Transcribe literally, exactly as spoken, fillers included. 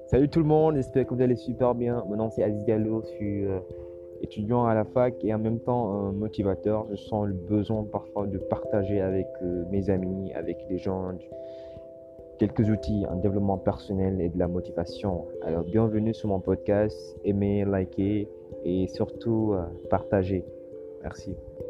Salut tout le monde, j'espère que vous allez super bien. Mon nom c'est Aziz Diallo, je suis euh, étudiant à la fac et en même temps un motivateur. Je sens le besoin parfois de partager avec euh, mes amis, avec les gens, du- quelques outils en développement personnel et de la motivation. Alors bienvenue sur mon podcast, aimez, likez et surtout euh, partagez. Merci.